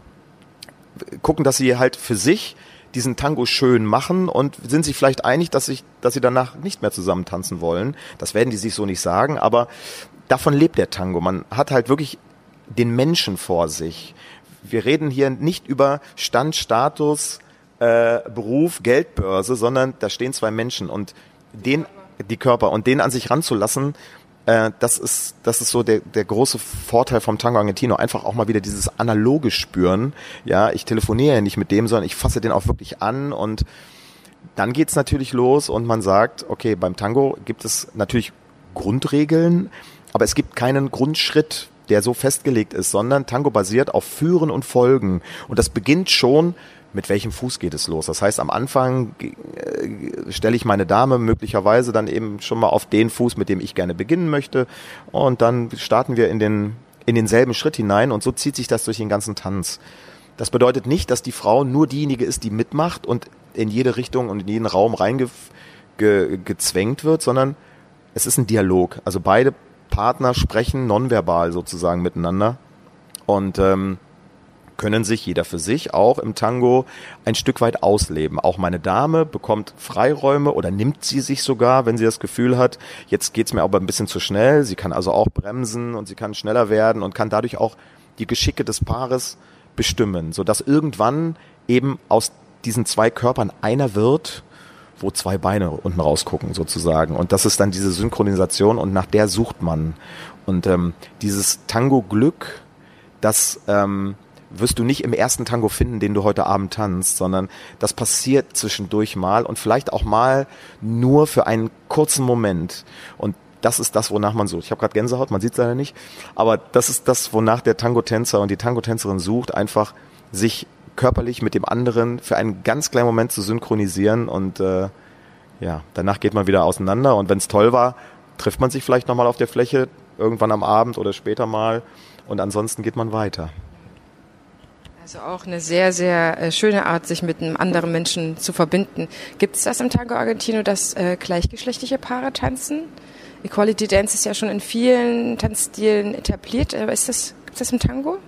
B: gucken, dass sie halt für sich diesen Tango schön machen und sind sich vielleicht einig, dass sie danach nicht mehr zusammen tanzen wollen. Das werden die sich so nicht sagen, aber davon lebt der Tango. Man hat halt wirklich den Menschen vor sich. Wir reden hier nicht über Stand, Status, Beruf, Geldbörse, sondern da stehen zwei Menschen und die Körper und den an sich ranzulassen, das ist so der große Vorteil vom Tango Argentino. Einfach auch mal wieder dieses analoge Spüren. Ja, ich telefoniere ja nicht mit dem, sondern ich fasse den auch wirklich an und dann geht's natürlich los und man sagt, okay, beim Tango gibt es natürlich Grundregeln, aber es gibt keinen Grundschritt, der so festgelegt ist, sondern Tango basiert auf Führen und Folgen und das beginnt schon, mit welchem Fuß geht es los. Das heißt, am Anfang stelle ich meine Dame möglicherweise dann eben schon mal auf den Fuß, mit dem ich gerne beginnen möchte und dann starten wir in denselben Schritt hinein und so zieht sich das durch den ganzen Tanz. Das bedeutet nicht, dass die Frau nur diejenige ist, die mitmacht und in jede Richtung und in jeden Raum reingezwängt wird, sondern es ist ein Dialog. Also beide Partner sprechen nonverbal sozusagen miteinander und können sich jeder für sich auch im Tango ein Stück weit ausleben. Auch meine Dame bekommt Freiräume oder nimmt sie sich sogar, wenn sie das Gefühl hat, jetzt geht's mir aber ein bisschen zu schnell. Sie kann also auch bremsen und sie kann schneller werden und kann dadurch auch die Geschicke des Paares bestimmen, sodass irgendwann eben aus diesen zwei Körpern einer wird, wo zwei Beine unten rausgucken sozusagen. Und das ist dann diese Synchronisation und nach der sucht man. Und dieses Tango-Glück, das wirst du nicht im ersten Tango finden, den du heute Abend tanzt, sondern das passiert zwischendurch mal und vielleicht auch mal nur für einen kurzen Moment. Und das ist das, wonach man sucht. Ich habe gerade Gänsehaut, man sieht es leider nicht, aber das ist das, wonach der Tango-Tänzer und die Tango-Tänzerin sucht, einfach sich körperlich mit dem anderen für einen ganz kleinen Moment zu synchronisieren und danach geht man wieder auseinander und wenn es toll war, trifft man sich vielleicht nochmal auf der Fläche, irgendwann am Abend oder später mal und ansonsten geht man weiter.
A: Also auch eine sehr, sehr schöne Art, sich mit einem anderen Menschen zu verbinden. Gibt es das im Tango Argentino, dass gleichgeschlechtliche Paare tanzen? Equality Dance ist ja schon in vielen Tanzstilen etabliert, aber gibt es das im Tango?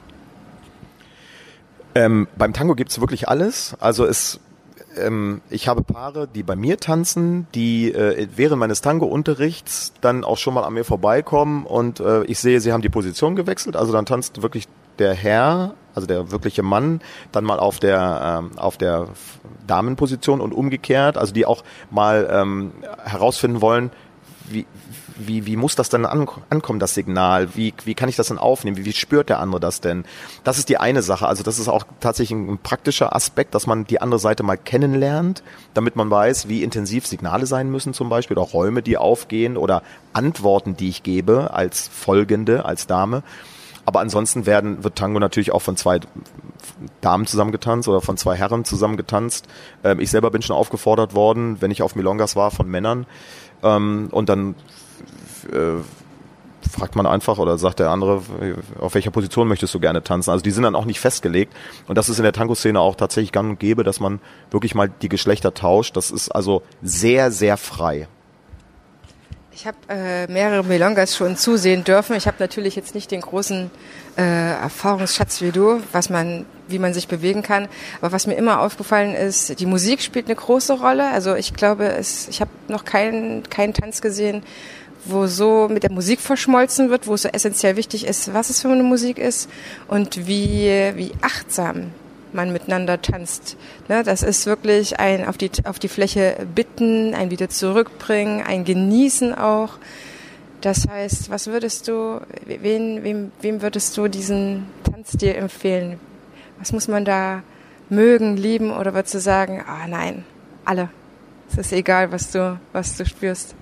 B: Beim Tango gibt's wirklich alles. Also ich habe Paare, die bei mir tanzen, die während meines Tango-Unterrichts dann auch schon mal an mir vorbeikommen und ich sehe, sie haben die Position gewechselt. Also dann tanzt wirklich der Herr, also der wirkliche Mann, dann mal auf der Damenposition und umgekehrt. Also die auch mal herausfinden wollen, wie muss das denn ankommen, das Signal? Wie kann ich das denn aufnehmen? Wie spürt der andere das denn? Das ist die eine Sache. Also das ist auch tatsächlich ein praktischer Aspekt, dass man die andere Seite mal kennenlernt, damit man weiß, wie intensiv Signale sein müssen zum Beispiel, oder Räume, die aufgehen oder Antworten, die ich gebe als Folgende, als Dame. Aber ansonsten wird Tango natürlich auch von zwei Damen zusammengetanzt oder von zwei Herren zusammengetanzt. Ich selber bin schon aufgefordert worden, wenn ich auf Milongas war, von Männern. Und dann fragt man einfach oder sagt der andere, auf welcher Position möchtest du gerne tanzen? Also die sind dann auch nicht festgelegt. Und das ist in der Tango-Szene auch tatsächlich gang und gäbe, dass man wirklich mal die Geschlechter tauscht. Das ist also sehr, sehr frei.
A: Ich habe mehrere Milongas schon zusehen dürfen. Ich habe natürlich jetzt nicht den großen Erfahrungsschatz wie du, wie man sich bewegen kann. Aber was mir immer aufgefallen ist, die Musik spielt eine große Rolle. Also ich glaube, ich habe noch keinen Tanz gesehen, wo so mit der Musik verschmolzen wird, wo es so essentiell wichtig ist, was es für eine Musik ist und wie achtsam man miteinander tanzt. Ne, das ist wirklich ein auf die Fläche bitten, ein wieder zurückbringen, ein Genießen auch. Das heißt, was würdest du, wem würdest du diesen Tanzstil empfehlen? Was muss man da mögen, lieben, oder würdest du sagen, nein, alle. Es ist egal, was du spürst.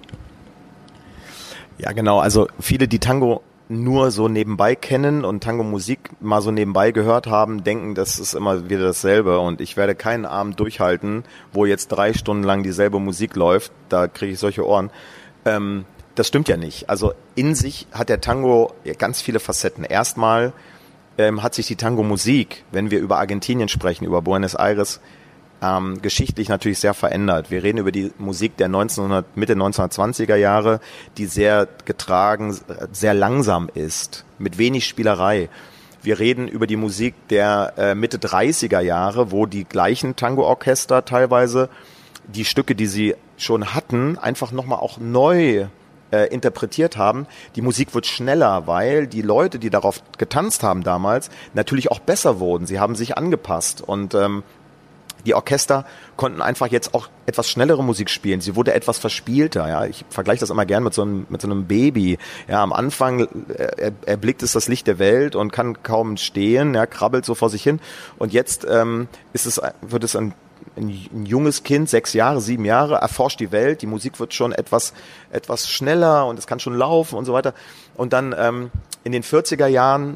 B: Ja, genau. Also viele, die Tango nur so nebenbei kennen und Tango-Musik mal so nebenbei gehört haben, denken, das ist immer wieder dasselbe und ich werde keinen Abend durchhalten, wo jetzt 3 Stunden lang dieselbe Musik läuft, da kriege ich solche Ohren. Das stimmt ja nicht. Also in sich hat der Tango ganz viele Facetten. Erstmal hat sich die Tango-Musik, wenn wir über Argentinien sprechen, über Buenos Aires, geschichtlich natürlich sehr verändert. Wir reden über die Musik der Mitte 1920er Jahre, die sehr getragen, sehr langsam ist, mit wenig Spielerei. Wir reden über die Musik der Mitte 30er Jahre, wo die gleichen Tango-Orchester teilweise die Stücke, die sie schon hatten, einfach nochmal auch neu interpretiert haben. Die Musik wird schneller, weil die Leute, die darauf getanzt haben damals, natürlich auch besser wurden. Sie haben sich angepasst und die Orchester konnten einfach jetzt auch etwas schnellere Musik spielen. Sie wurde etwas verspielter. Ja, ich vergleiche das immer gern mit so einem Baby. Ja, am Anfang erblickt es das Licht der Welt und kann kaum stehen. Ja, krabbelt so vor sich hin. Und jetzt wird es ein junges Kind, 6 Jahre, 7 Jahre, erforscht die Welt. Die Musik wird schon etwas schneller und es kann schon laufen und so weiter. Und dann in den 40er Jahren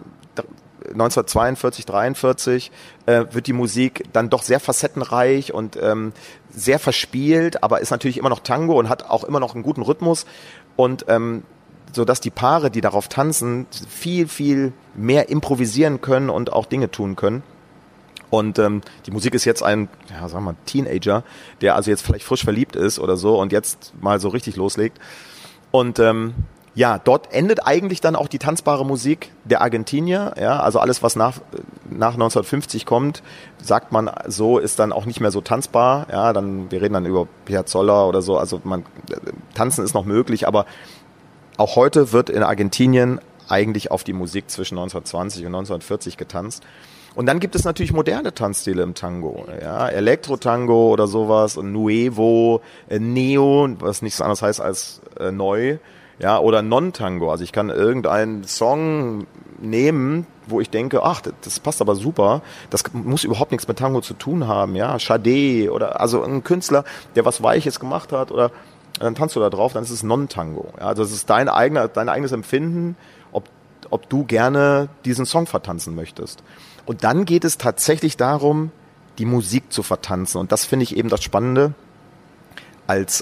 B: 1942, 43 wird die Musik dann doch sehr facettenreich und sehr verspielt, aber ist natürlich immer noch Tango und hat auch immer noch einen guten Rhythmus und so dass die Paare, die darauf tanzen, viel, viel mehr improvisieren können und auch Dinge tun können. Und die Musik ist jetzt ein, Teenager, der also jetzt vielleicht frisch verliebt ist oder so und jetzt mal so richtig loslegt. Und dort endet eigentlich dann auch die tanzbare Musik der Argentinier, ja, also alles, was nach 1950 kommt, sagt man so, ist dann auch nicht mehr so tanzbar. Ja, wir reden dann über Piazzolla oder so. Also tanzen ist noch möglich, aber auch heute wird in Argentinien eigentlich auf die Musik zwischen 1920 und 1940 getanzt. Und dann gibt es natürlich moderne Tanzstile im Tango, ja, Elektro-Tango oder sowas, und Nuevo, Neo, was nichts anderes heißt als neu, ja, oder Non-Tango. Also ich kann irgendeinen Song nehmen, wo ich denke, ach, das passt aber super, das muss überhaupt nichts mit Tango zu tun haben, ja, Sade oder also ein Künstler, der was Weiches gemacht hat, oder dann tanzt du da drauf, dann ist es Non-Tango. Ja, also das ist dein eigenes Empfinden, ob du gerne diesen Song vertanzen möchtest. Und dann geht es tatsächlich darum, die Musik zu vertanzen. Und das finde ich eben das Spannende als,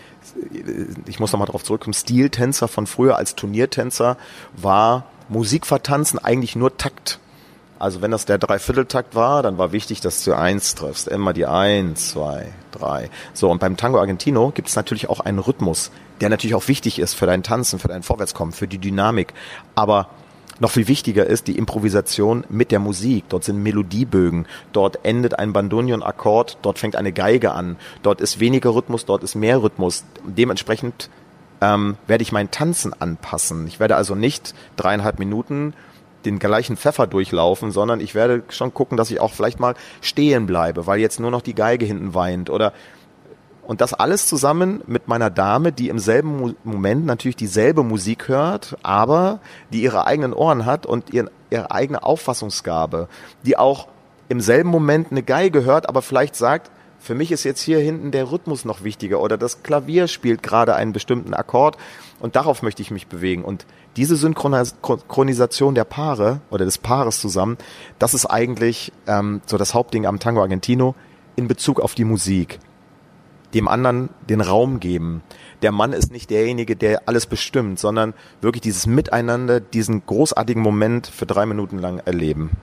B: ich muss nochmal drauf zurückkommen, Stiltänzer von früher, als Turniertänzer war Musik vertanzen eigentlich nur Takt. Also wenn das der Dreivierteltakt war, dann war wichtig, dass du 1 triffst. Immer die 1, 2, 3. So, und beim Tango Argentino gibt es natürlich auch einen Rhythmus, der natürlich auch wichtig ist für dein Tanzen, für dein Vorwärtskommen, für die Dynamik. Aber noch viel wichtiger ist die Improvisation mit der Musik. Dort sind Melodiebögen, dort endet ein Bandoneon-Akkord, dort fängt eine Geige an, dort ist weniger Rhythmus, dort ist mehr Rhythmus. Dementsprechend werde ich mein Tanzen anpassen. Ich werde also nicht 3,5 Minuten den gleichen Pfeffer durchlaufen, sondern ich werde schon gucken, dass ich auch vielleicht mal stehen bleibe, weil jetzt nur noch die Geige hinten weint, oder. Und das alles zusammen mit meiner Dame, die im selben Moment natürlich dieselbe Musik hört, aber die ihre eigenen Ohren hat und ihre eigene Auffassungsgabe, die auch im selben Moment eine Geige hört, aber vielleicht sagt, für mich ist jetzt hier hinten der Rhythmus noch wichtiger, oder das Klavier spielt gerade einen bestimmten Akkord und darauf möchte ich mich bewegen. Und diese Synchronisation der Paare oder des Paares zusammen, das ist eigentlich so das Hauptding am Tango Argentino in Bezug auf die Musik. Dem anderen den Raum geben. Der Mann ist nicht derjenige, der alles bestimmt, sondern wirklich dieses Miteinander, diesen großartigen Moment für 3 Minuten lang erleben.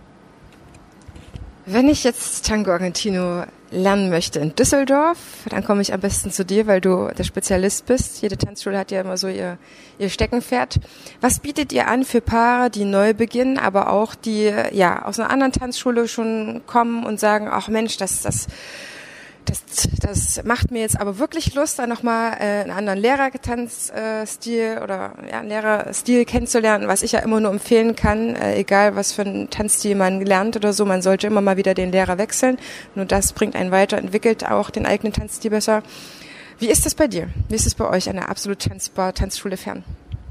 A: Wenn ich jetzt Tango Argentino lernen möchte in Düsseldorf, dann komme ich am besten zu dir, weil du der Spezialist bist. Jede Tanzschule hat ja immer so ihr Steckenpferd. Was bietet ihr an für Paare, die neu beginnen, aber auch die ja aus einer anderen Tanzschule schon kommen und sagen, ach Mensch, das macht mir jetzt aber wirklich Lust, da nochmal einen anderen Lehrertanzstil oder ja, einen Lehrerstil kennenzulernen, was ich ja immer nur empfehlen kann, egal was für einen Tanzstil man lernt oder so, man sollte immer mal wieder den Lehrer wechseln. Nur das bringt einen weiter, entwickelt auch den eigenen Tanzstil besser. Wie ist das bei dir? Wie ist es bei euch an der absolut Tanzschule Fern?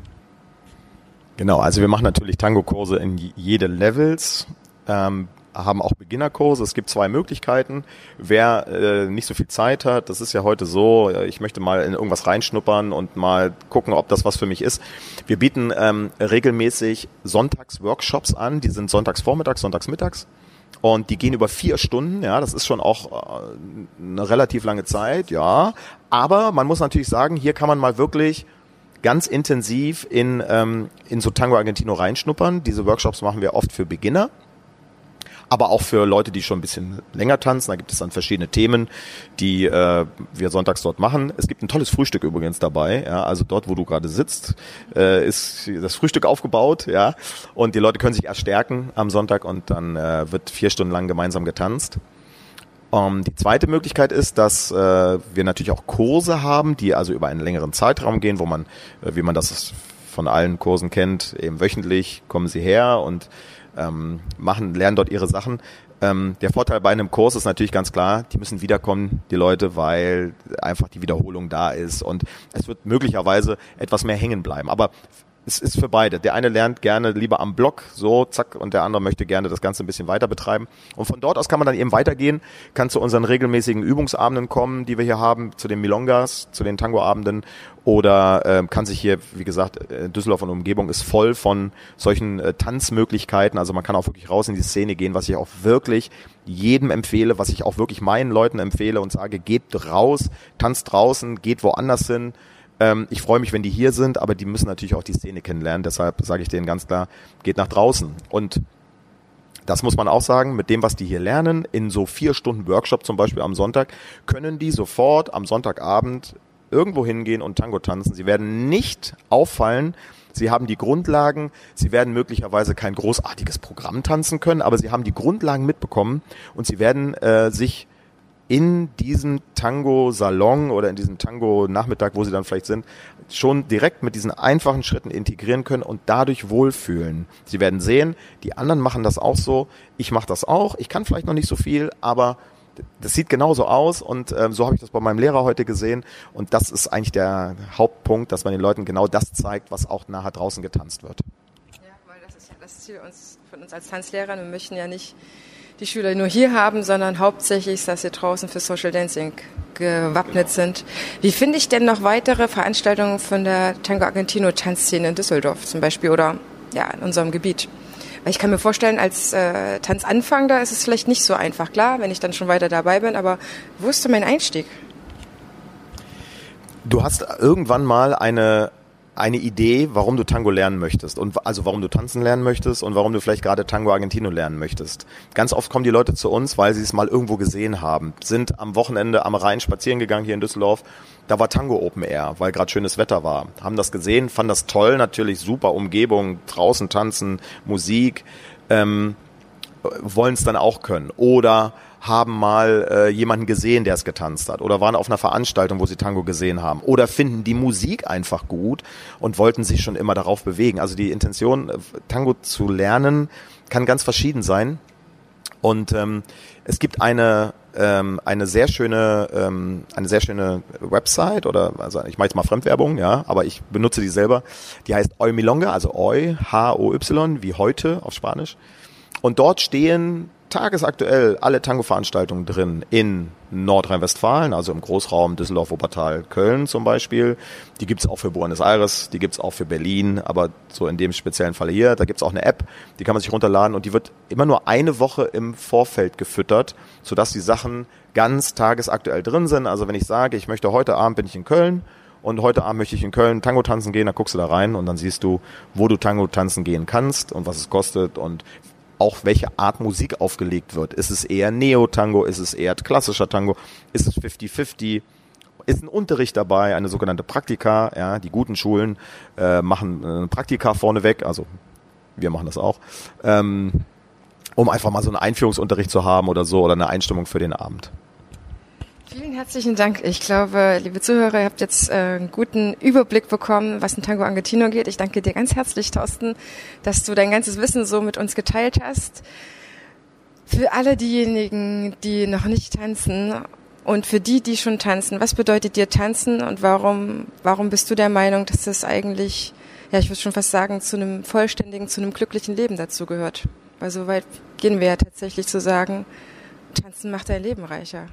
B: Genau, also wir machen natürlich Tango-Kurse in jede Levels, haben auch Beginnerkurse. Es gibt 2 Möglichkeiten. Wer nicht so viel Zeit hat, das ist ja heute so, ich möchte mal in irgendwas reinschnuppern und mal gucken, ob das was für mich ist. Wir bieten regelmäßig Sonntags-Workshops an, die sind sonntagsvormittags, sonntagsmittags. Und die gehen über 4 Stunden, ja, das ist schon auch eine relativ lange Zeit, ja. Aber man muss natürlich sagen, hier kann man mal wirklich ganz intensiv in so Tango Argentino reinschnuppern. Diese Workshops machen wir oft für Beginner, aber auch für Leute, die schon ein bisschen länger tanzen. Da gibt es dann verschiedene Themen, die wir sonntags dort machen. Es gibt ein tolles Frühstück übrigens dabei. Ja, also dort, wo du gerade sitzt, ist das Frühstück aufgebaut. Ja, und die Leute können sich erst stärken am Sonntag und dann wird 4 Stunden lang gemeinsam getanzt. Die zweite Möglichkeit ist, dass wir natürlich auch Kurse haben, die also über einen längeren Zeitraum gehen, wo man, wie man das von allen Kursen kennt, eben wöchentlich kommen sie her und lernen dort ihre Sachen. Der Vorteil bei einem Kurs ist natürlich ganz klar, die müssen wiederkommen, die Leute, weil einfach die Wiederholung da ist und es wird möglicherweise etwas mehr hängen bleiben. Aber es ist für beide. Der eine lernt gerne lieber am Block, so, zack, und der andere möchte gerne das Ganze ein bisschen weiter betreiben. Und von dort aus kann man dann eben weitergehen, kann zu unseren regelmäßigen Übungsabenden kommen, die wir hier haben, zu den Milongas, zu den Tangoabenden, oder kann sich hier, wie gesagt, Düsseldorf und Umgebung ist voll von solchen Tanzmöglichkeiten. Also man kann auch wirklich raus in die Szene gehen, was ich auch wirklich jedem empfehle, was ich auch wirklich meinen Leuten empfehle und sage, geht raus, tanzt draußen, geht woanders hin. Ich freue mich, wenn die hier sind, aber die müssen natürlich auch die Szene kennenlernen. Deshalb sage ich denen ganz klar, geht nach draußen. Und das muss man auch sagen, mit dem, was die hier lernen, in so 4 Stunden Workshop zum Beispiel am Sonntag, können die sofort am Sonntagabend irgendwo hingehen und Tango tanzen. Sie werden nicht auffallen. Sie haben die Grundlagen. Sie werden möglicherweise kein großartiges Programm tanzen können, aber sie haben die Grundlagen mitbekommen und sie werden sich in diesem Tango-Salon oder in diesem Tango-Nachmittag, wo sie dann vielleicht sind, schon direkt mit diesen einfachen Schritten integrieren können und dadurch wohlfühlen. Sie werden sehen, die anderen machen das auch so, ich mache das auch, ich kann vielleicht noch nicht so viel, aber das sieht genauso aus und so habe ich das bei meinem Lehrer heute gesehen und das ist eigentlich der Hauptpunkt, dass man den Leuten genau das zeigt, was auch nachher draußen getanzt wird.
A: Ja, weil das ist ja das Ziel von uns als Tanzlehrer. Wir möchten ja nicht die Schüler nur hier haben, sondern hauptsächlich, dass sie draußen für Social Dancing gewappnet sind. Wie finde ich denn noch weitere Veranstaltungen von der Tango Argentino Tanzszene in Düsseldorf zum Beispiel oder ja in unserem Gebiet? Weil ich kann mir vorstellen, als Tanzanfänger ist es vielleicht nicht so einfach. Klar, wenn ich dann schon weiter dabei bin, aber wo ist denn mein Einstieg?
B: Du hast irgendwann mal eine Idee, warum du Tango lernen möchtest und also warum du tanzen lernen möchtest und warum du vielleicht gerade Tango Argentino lernen möchtest. Ganz oft kommen die Leute zu uns, weil sie es mal irgendwo gesehen haben, sind am Wochenende am Rhein spazieren gegangen hier in Düsseldorf, da war Tango Open Air, weil gerade schönes Wetter war, haben das gesehen, fanden das toll, natürlich super Umgebung, draußen tanzen, Musik, wollen es dann auch können oder haben mal jemanden gesehen, der es getanzt hat oder waren auf einer Veranstaltung, wo sie Tango gesehen haben oder finden die Musik einfach gut und wollten sich schon immer darauf bewegen. Also die Intention, Tango zu lernen, kann ganz verschieden sein und es gibt eine sehr schöne Website oder also ich mache jetzt mal Fremdwerbung, ja, aber ich benutze die selber. Die heißt Hoy Milonga, also Hoy, H-O-Y, wie heute auf Spanisch. Und dort stehen tagesaktuell alle Tango-Veranstaltungen drin in Nordrhein-Westfalen, also im Großraum Düsseldorf, Wuppertal, Köln zum Beispiel. Die gibt's auch für Buenos Aires, die gibt's auch für Berlin, aber so in dem speziellen Falle hier, da gibt's auch eine App, die kann man sich runterladen und die wird immer nur eine Woche im Vorfeld gefüttert, sodass die Sachen ganz tagesaktuell drin sind. Also wenn ich sage, ich möchte heute Abend bin ich in Köln und heute Abend möchte ich in Köln Tango tanzen gehen, dann guckst du da rein und dann siehst du, wo du Tango tanzen gehen kannst und was es kostet und auch welche Art Musik aufgelegt wird. Ist es eher Neo-Tango? Ist es eher klassischer Tango? Ist es 50-50? Ist ein Unterricht dabei, eine sogenannte Praktika? Ja, die guten Schulen machen Praktika vorneweg, also wir machen das auch, um einfach mal so einen Einführungsunterricht zu haben oder so oder eine Einstimmung für den Abend.
A: Vielen herzlichen Dank. Ich glaube, liebe Zuhörer, ihr habt jetzt einen guten Überblick bekommen, was in Tango Argentino geht. Ich danke dir ganz herzlich, Thorsten, dass du dein ganzes Wissen so mit uns geteilt hast. Für alle diejenigen, die noch nicht tanzen und für die schon tanzen, was bedeutet dir tanzen und warum bist du der Meinung, dass das eigentlich, ja, ich würde schon fast sagen, zu einem vollständigen, zu einem glücklichen Leben dazu gehört? Weil so weit gehen wir ja tatsächlich zu sagen, tanzen macht dein Leben reicher.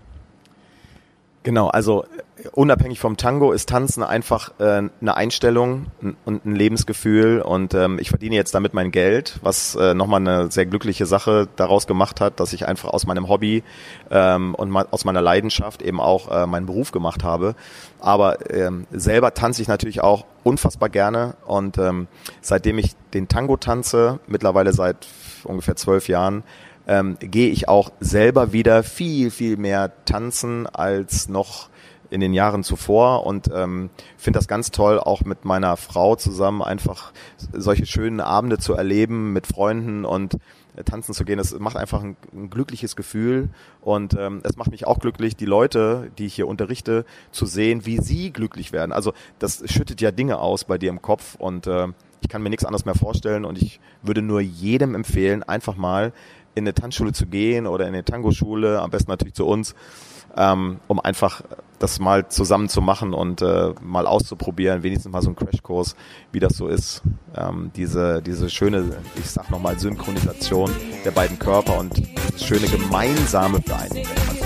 B: Genau, also unabhängig vom Tango ist Tanzen einfach eine Einstellung und ein Lebensgefühl und ich verdiene jetzt damit mein Geld, was nochmal eine sehr glückliche Sache daraus gemacht hat, dass ich einfach aus meinem Hobby und aus meiner Leidenschaft eben auch meinen Beruf gemacht habe. Aber selber tanze ich natürlich auch unfassbar gerne und seitdem ich den Tango tanze, mittlerweile seit ungefähr 12 Jahren, gehe ich auch selber wieder viel, viel mehr tanzen als noch in den Jahren zuvor und finde das ganz toll, auch mit meiner Frau zusammen einfach solche schönen Abende zu erleben, mit Freunden und tanzen zu gehen. Das macht einfach ein glückliches Gefühl und es macht mich auch glücklich, die Leute, die ich hier unterrichte, zu sehen, wie sie glücklich werden. Also das schüttet ja Dinge aus bei dir im Kopf und ich kann mir nichts anderes mehr vorstellen und ich würde nur jedem empfehlen, einfach mal in eine Tanzschule zu gehen oder in eine Tango-Schule, am besten natürlich zu uns, um einfach das mal zusammen zu machen und mal auszuprobieren, wenigstens mal so einen Crashkurs, wie das so ist. Diese schöne, ich sag nochmal, Synchronisation der beiden Körper und dieses schöne gemeinsame Vereinigen.